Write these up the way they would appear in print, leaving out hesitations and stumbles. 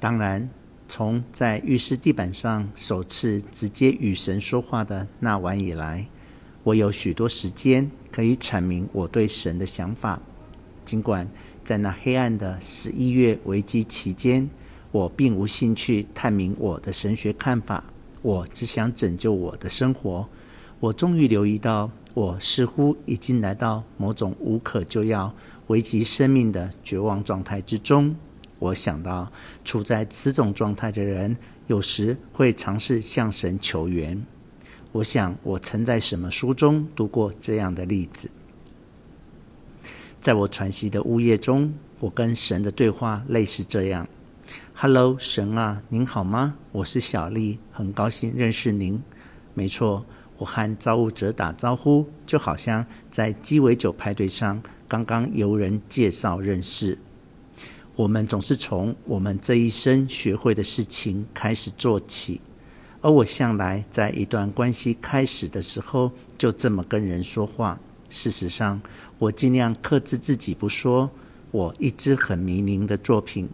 当然，从在浴室地板上首次直接与神说话的那晚以来，我有许多时间可以阐明我对神的想法。尽管在那黑暗的11月危机期间，我并无兴趣探明我的神学看法，我只想拯救我的生活。我终于留意到，我似乎已经来到某种无可救药、危及生命的绝望状态之中。我想到，处在此种状态的人，有时会尝试向神求援。我想，我曾在什么书中读过这样的例子。在我喘息的呜咽中，我跟神的对话类似这样：“Hello， 神啊，您好吗？我是小丽，很高兴认识您。没错，我和造物者打招呼，就好像在鸡尾酒派对上刚刚由人介绍认识。我们总是从我们这一生学会的事情开始做起，而我向来在一段关系开始的时候就这么跟人说话。事实上，我尽量克制自己不说我一直很迷您的作品。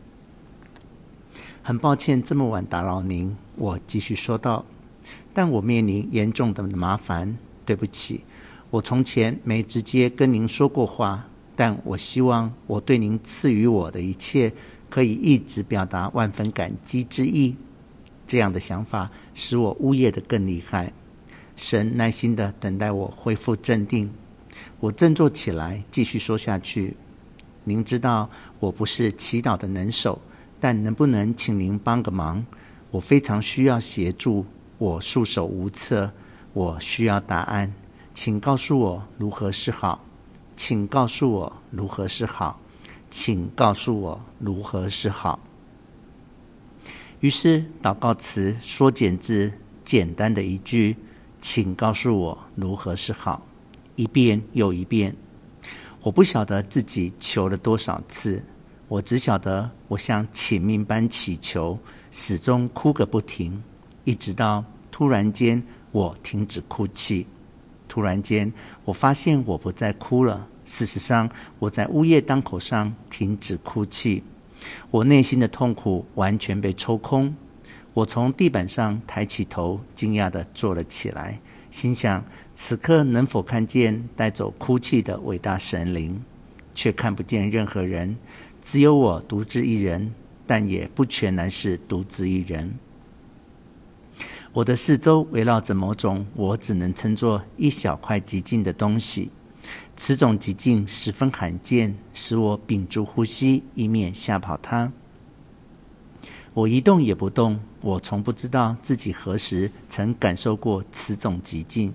很抱歉这么晚打扰您，我继续说道，但我面临严重的麻烦。对不起，我从前没直接跟您说过话，但我希望我对您赐予我的一切可以一直表达万分感激之意。这样的想法使我呜咽得更厉害。神耐心地等待我恢复镇定。我振作起来，继续说下去。您知道我不是祈祷的能手，但能不能请您帮个忙？我非常需要协助，我束手无策，我需要答案。请告诉我如何是好，请告诉我如何是好，请告诉我如何是好。于是祷告词缩减至简单的一句，请告诉我如何是好，一遍又一遍。我不晓得自己求了多少次，我只晓得我像请命般祈求，始终哭个不停，一直到突然间我停止哭泣。突然间我发现我不再哭了，事实上我在呜咽当口上停止哭泣。我内心的痛苦完全被抽空。我从地板上抬起头，惊讶地坐了起来，心想此刻能否看见带走哭泣的伟大神灵，却看不见任何人，只有我独自一人，但也不全然是独自一人。我的四周围绕着某种我只能称作一小块寂静的东西，此种寂静十分罕见，使我屏住呼吸，以免吓跑它。我一动也不动，我从不知道自己何时曾感受过此种寂静。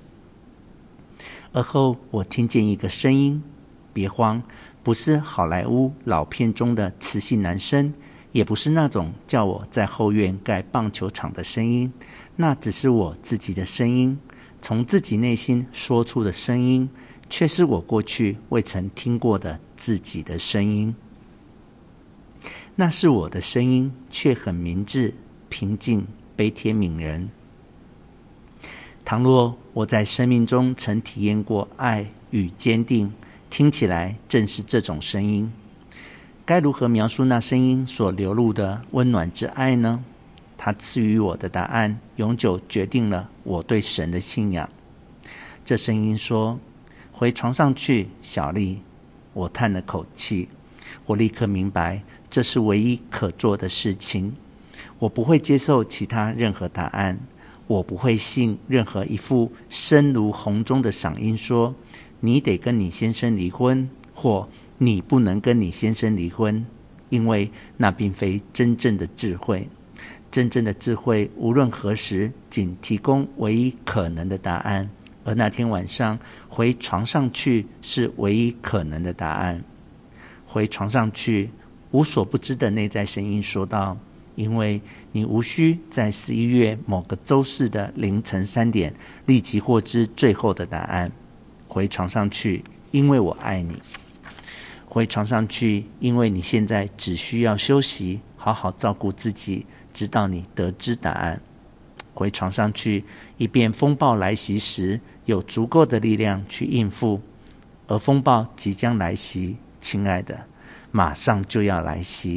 而后我听见一个声音，别慌，不是好莱坞老片中的磁性男声，也不是那种叫我在后院盖棒球场的声音，那只是我自己的声音，从自己内心说出的声音，却是我过去未曾听过的自己的声音。那是我的声音，却很明智、平静、悲天悯人。倘若我在生命中曾体验过爱与坚定，听起来正是这种声音。该如何描述那声音所流露的温暖之爱呢？它赐予我的答案，永久决定了我对神的信仰。这声音说：“回床上去，小丽。”我叹了口气，我立刻明白，这是唯一可做的事情。我不会接受其他任何答案，我不会信任何一副声如洪钟的嗓音说：“你得跟你先生离婚”或你不能跟你先生离婚，因为那并非真正的智慧。真正的智慧无论何时仅提供唯一可能的答案，而那天晚上回床上去是唯一可能的答案。回床上去，无所不知的内在声音说道，因为你无需在11月某个周四的凌晨3点立即获知最后的答案。回床上去，因为我爱你。回床上去，因为你现在只需要休息，好好照顾自己，直到你得知答案。回床上去，以便风暴来袭时有足够的力量去应付。而风暴即将来袭，亲爱的，马上就要来袭。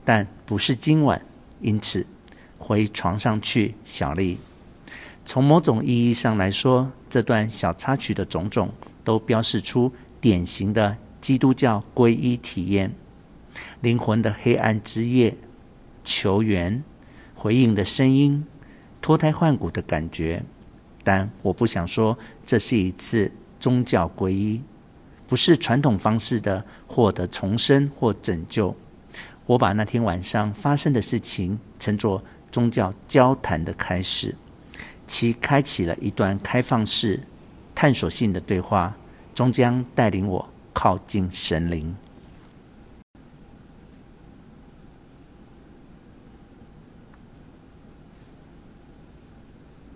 但不是今晚，因此回床上去，小丽。从某种意义上来说，这段小插曲的种种都标示出典型的基督教皈依体验，灵魂的黑暗之夜，求援，回应的声音，脱胎换骨的感觉。但我不想说这是一次宗教皈依，不是传统方式的获得重生或拯救。我把那天晚上发生的事情称作宗教交谈的开始，其开启了一段开放式、探索性的对话，终将带领我靠近神灵。